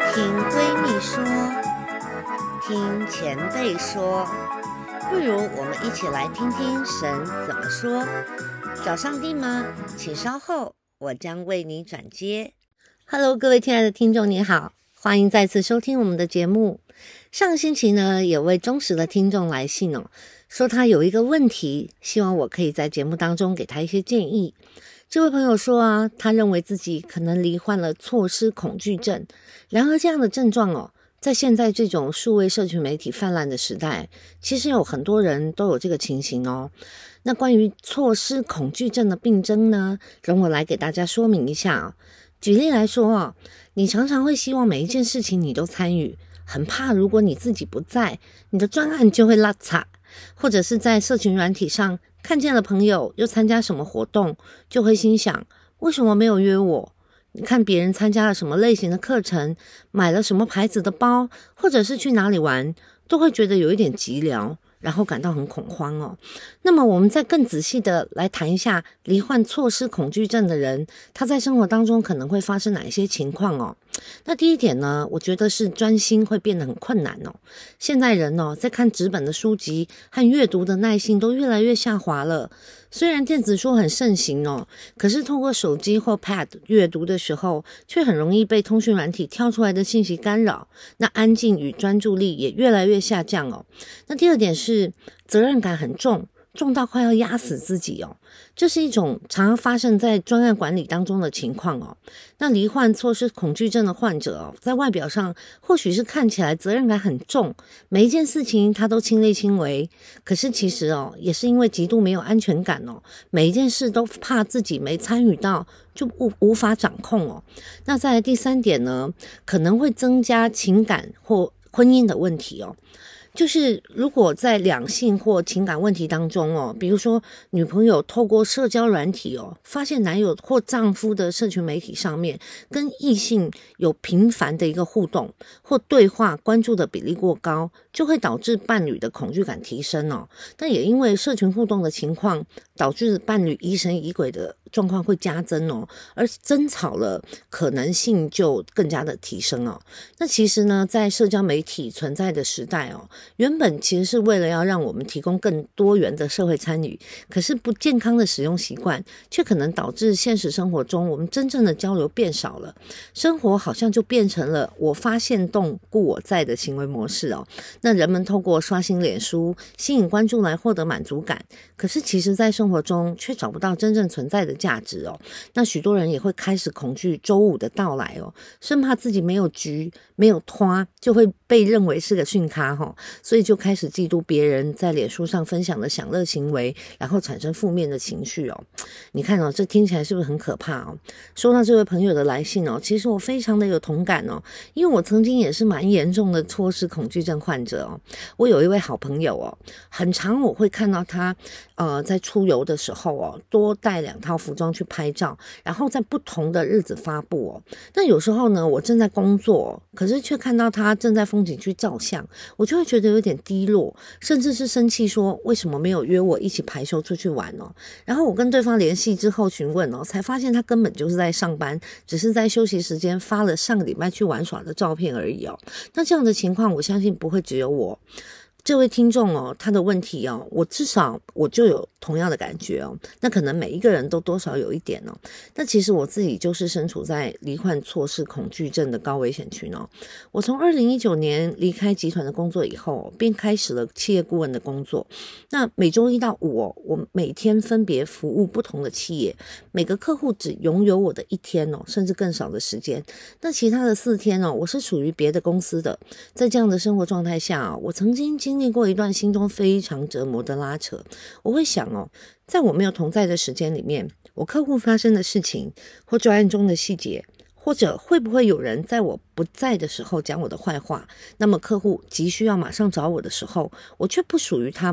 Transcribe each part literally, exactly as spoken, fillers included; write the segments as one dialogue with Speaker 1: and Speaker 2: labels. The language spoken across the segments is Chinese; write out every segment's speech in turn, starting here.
Speaker 1: 听闺蜜说，听前辈说，不如我们一起来听听神怎么说。找上帝吗？请稍后，我将为你转接。Hello， 各位亲爱的听众，你好，欢迎再次收听我们的节目。上个星期呢，有位忠实的听众来信哦，说他有一个问题，希望我可以在节目当中给他一些建议。这位朋友说啊，他认为自己可能罹患了错失恐惧症。然而这样的症状哦，在现在这种数位社群媒体泛滥的时代，其实有很多人都有这个情形哦。那关于错失恐惧症的病症呢，容我来给大家说明一下哦。举例来说哦，你常常会希望每一件事情你都参与，很怕如果你自己不在，你的专案就会落差，或者是在社群软体上看见了朋友又参加什么活动，就会心想为什么没有约我？你看别人参加了什么类型的课程，买了什么牌子的包，或者是去哪里玩，都会觉得有一点寂寥，然后感到很恐慌哦。那么我们再更仔细的来谈一下罹患错失恐惧症的人，他在生活当中可能会发生哪一些情况哦。那第一点呢，我觉得是专心会变得很困难哦。现在人哦，在看纸本的书籍和阅读的耐性都越来越下滑了。虽然电子书很盛行哦，可是透过手机或 Pad 阅读的时候，却很容易被通讯软体跳出来的信息干扰，那安静与专注力也越来越下降哦。那第二点是责任感很重，重到快要压死自己哦，这是一种常常发生在专案管理当中的情况哦。那罹患错失恐惧症的患者哦，在外表上或许是看起来责任感很重，每一件事情他都亲力亲为，可是其实哦，也是因为极度没有安全感哦，每一件事都怕自己没参与到，就无无法掌控哦。那再来第三点呢，可能会增加情感或婚姻的问题哦。就是如果在两性或情感问题当中哦，比如说女朋友透过社交软体哦，发现男友或丈夫的社群媒体上面跟异性有频繁的一个互动或对话，关注的比例过高，就会导致伴侣的恐惧感提升哦。但也因为社群互动的情况，导致伴侣疑神疑鬼的状况会加增哦，而争吵了可能性就更加的提升哦。那其实呢，在社交媒体存在的时代哦，原本其实是为了要让我们提供更多元的社会参与，可是不健康的使用习惯却可能导致现实生活中我们真正的交流变少了，生活好像就变成了我发现动故我在的行为模式哦。那人们透过刷新脸书吸引关注来获得满足感，可是其实在生活中却找不到真正存在的价值哦。那许多人也会开始恐惧周五的到来哦，生怕自己没有局没有拖就会被认为是个逊咖哦，所以就开始嫉妒别人在脸书上分享的享乐行为，然后产生负面的情绪哦。你看哦，这听起来是不是很可怕哦？说到这位朋友的来信哦，其实我非常的有同感哦，因为我曾经也是蛮严重的错失恐惧症患者哦。我有一位好朋友哦，很常我会看到他呃在出游的时候哦，多带两套服装去拍照，然后在不同的日子发布哦。那有时候呢，我正在工作，可是却看到他正在风景区照相，我就会觉得有点低落，甚至是生气说为什么没有约我一起排休出去玩哦。然后我跟对方联系之后询问哦，才发现他根本就是在上班，只是在休息时间发了上个礼拜去玩耍的照片而已哦。那这样的情况我相信不会只有我。这位听众哦，他的问题哦，我至少我就有同样的感觉哦。那可能每一个人都多少有一点哦。那其实我自己就是身处在罹患错失恐惧症的高危险群哦。我从二零一九年离开集团的工作以后，便开始了企业顾问的工作。那每周一到五哦，我每天分别服务不同的企业，每个客户只拥有我的一天哦，甚至更少的时间。那其他的四天哦，我是属于别的公司的。在这样的生活状态下啊，我曾经经历过一段心中非常折磨的拉扯。我会想哦，在我没有同在的时间里面，我客户发生的事情或专案中的细节，或者会不会有人在我不在的时候讲我的坏话，那么客户急需要马上找我的时候，我却不属于他们，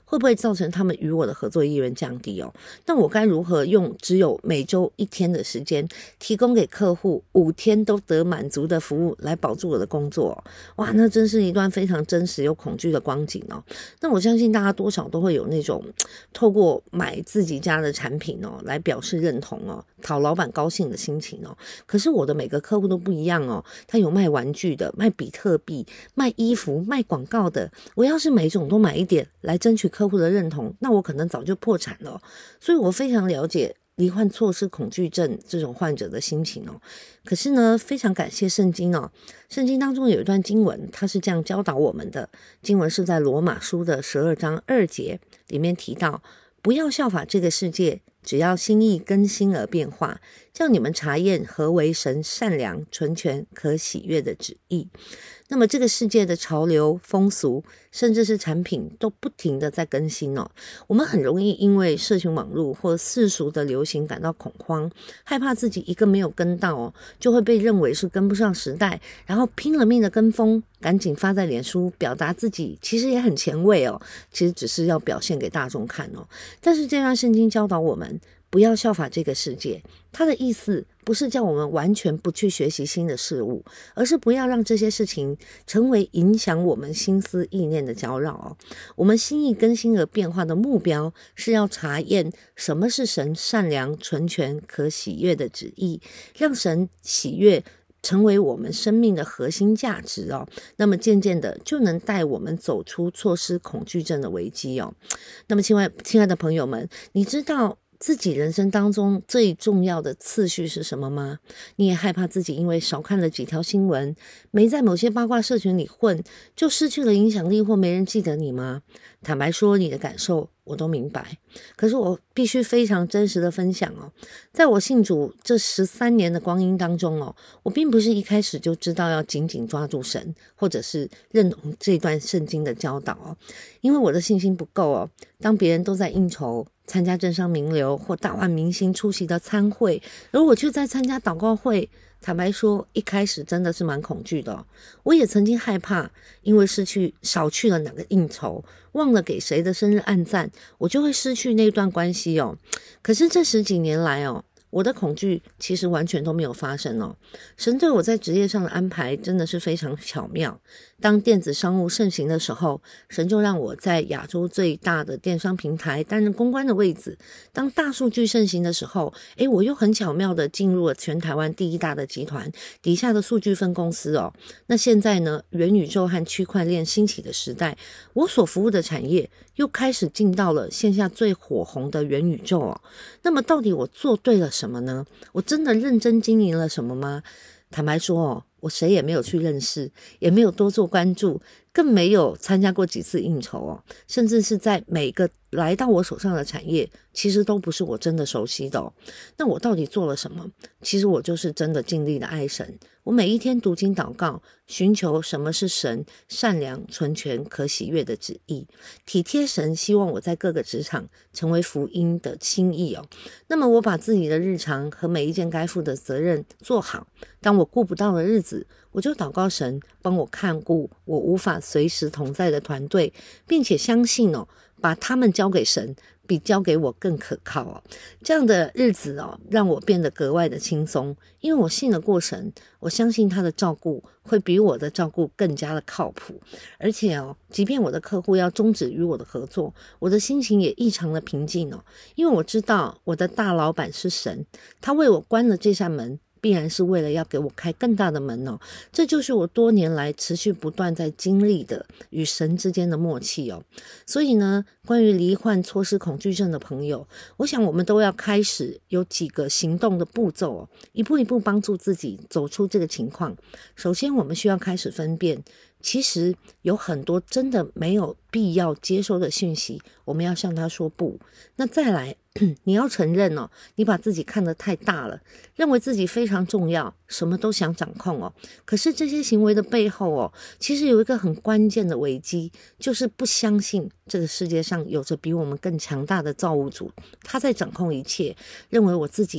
Speaker 1: 会不会造成他们与我的合作意愿降低哦？那我该如何用只有每周一天的时间，提供给客户五天都得满足的服务来保住我的工作哦？哇，那真是一段非常真实又恐惧的光景哦。那我相信大家多少都会有那种透过买自己家的产品哦，来表示认同哦，讨老板高兴的心情哦。可是我的每个客户都不一样哦，他有卖玩具的，卖比特币，卖衣服，卖广告的。我要是每种都买一点来争取客户的认同，那我可能早就破产了。所以我非常了解罹患错失恐惧症这种患者的心情哦。可是呢，非常感谢圣经哦，圣经当中有一段经文，它是这样教导我们的。经文是在罗马书的十二章二节里面提到，不要效法这个世界，只要心意更新而变化，叫你们查验何为神善良、纯全、可喜悦的旨意。那么这个世界的潮流、风俗，甚至是产品都不停的在更新哦。我们很容易因为社群网络或世俗的流行感到恐慌，害怕自己一个没有跟到哦，就会被认为是跟不上时代，然后拼了命的跟风，赶紧发在脸书表达自己其实也很前卫哦，其实只是要表现给大众看哦。但是这段圣经教导我们不要效法这个世界，它的意思不是叫我们完全不去学习新的事物，而是不要让这些事情成为影响我们心思意念的搅扰哦。我们心意更新而变化的目标是要查验什么是神善良、纯全、可喜悦的旨意，让神喜悦成为我们生命的核心价值哦，那么渐渐的就能带我们走出错失恐惧症的危机哦。那么亲爱亲爱的朋友们，你知道自己人生当中最重要的次序是什么吗？你也害怕自己因为少看了几条新闻，没在某些八卦社群里混，就失去了影响力或没人记得你吗？坦白说，你的感受我都明白，可是我必须非常真实的分享哦，在我信主这十三年的光阴当中哦，我并不是一开始就知道要紧紧抓住神，或者是认同这段圣经的教导哦，因为我的信心不够哦。当别人都在应酬参加政商名流或大腕明星出席的参会，而我却在参加祷告会，坦白说，一开始真的是蛮恐惧的哦。我也曾经害怕，因为失去少去了哪个应酬，忘了给谁的生日按赞，我就会失去那段关系哦。可是这十几年来哦，我的恐惧其实完全都没有发生哦。神对我在职业上的安排真的是非常巧妙。当电子商务盛行的时候，神就让我在亚洲最大的电商平台担任公关的位置。当大数据盛行的时候，诶，我又很巧妙的进入了全台湾第一大的集团底下的数据分公司哦。那现在呢，元宇宙和区块链兴起的时代，我所服务的产业又开始进到了线下最火红的元宇宙哦。那么到底我做对了什么呢？我真的认真经营了什么吗？坦白说哦，我谁也没有去认识，也没有多做关注，更没有参加过几次应酬哦，甚至是在每个来到我手上的产业，其实都不是我真的熟悉的哦。那我到底做了什么？其实我就是真的尽力的爱神。我每一天读经祷告，寻求什么是神善良、纯全、可喜悦的旨意，体贴神希望我在各个职场成为福音的心意哦。那么我把自己的日常和每一件该负的责任做好，当我顾不到的日子，我就祷告神帮我看顾我无法随时同在的团队，并且相信哦，把他们交给神比交给我更可靠哦。这样的日子哦，让我变得格外的轻松，因为我信了过神，我相信他的照顾会比我的照顾更加的靠谱。而且哦，即便我的客户要终止与我的合作，我的心情也异常的平静哦，因为我知道我的大老板是神，他为我关了这扇门，必然是为了要给我开更大的门哦。这就是我多年来持续不断在经历的与神之间的默契哦。所以呢，关于罹患错失恐惧症的朋友，我想我们都要开始有几个行动的步骤哦，一步一步帮助自己走出这个情况。首先，我们需要开始分辨，其实有很多真的没有必要接收的讯息，我们要向他说不。那再来，你要承认哦，你把自己看得太大了，认为自己非常重要，什么都想掌控哦。可是这些行为的背后哦，其实有一个很关键的危机，就是不相信这个世界上有着比我们更强大的造物主，他在掌控一切，认为我自己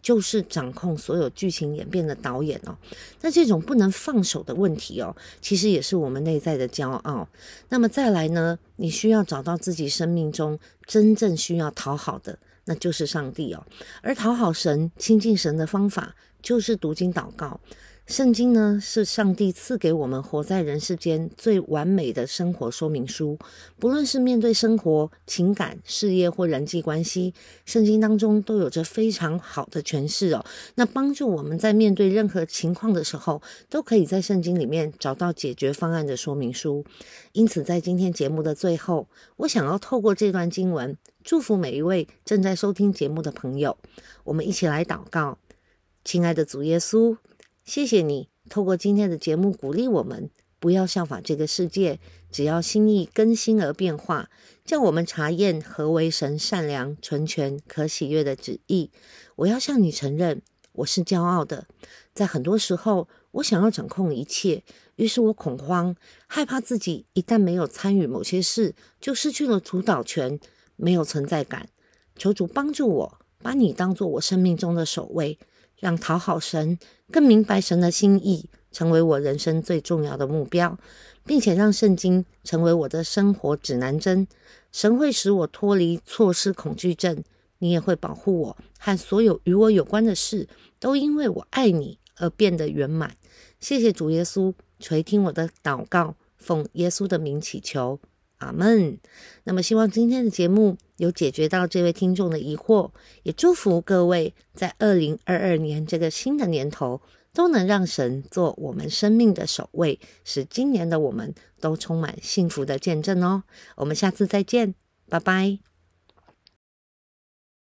Speaker 1: 就是掌控所有剧情演变的导演哦。那这种不能放手的问题哦，其实也是我们内在的骄傲。那么再来呢，你需要找到自己生命中真正需要讨好的，那就是上帝哦。而讨好神、亲近神的方法就是读经祷告。圣经呢，是上帝赐给我们活在人世间最完美的生活说明书。不论是面对生活、情感、事业或人际关系，圣经当中都有着非常好的诠释哦。那帮助我们在面对任何情况的时候，都可以在圣经里面找到解决方案的说明书。因此在今天节目的最后，我想要透过这段经文，祝福每一位正在收听节目的朋友。我们一起来祷告。亲爱的主耶稣，谢谢你透过今天的节目鼓励我们，不要效法这个世界，只要心意更新而变化，叫我们查验何为神善良、纯全、可喜悦的旨意。我要向你承认，我是骄傲的，在很多时候我想要掌控一切，于是我恐慌，害怕自己一旦没有参与某些事，就失去了主导权，没有存在感。求主帮助我，把你当作我生命中的首位，让讨好神、更明白神的心意成为我人生最重要的目标，并且让圣经成为我的生活指南针。神会使我脱离错失恐惧症，你也会保护我和所有与我有关的事都因为我爱你而变得圆满。谢谢主耶稣，垂听我的祷告，奉耶稣的名祈求，阿们。那么希望今天的节目有解决到这位听众的疑惑，也祝福各位在二零二二年这个新的年头都能让神做我们生命的首位，使今年的我们都充满幸福的见证哦。我们下次再见，拜拜。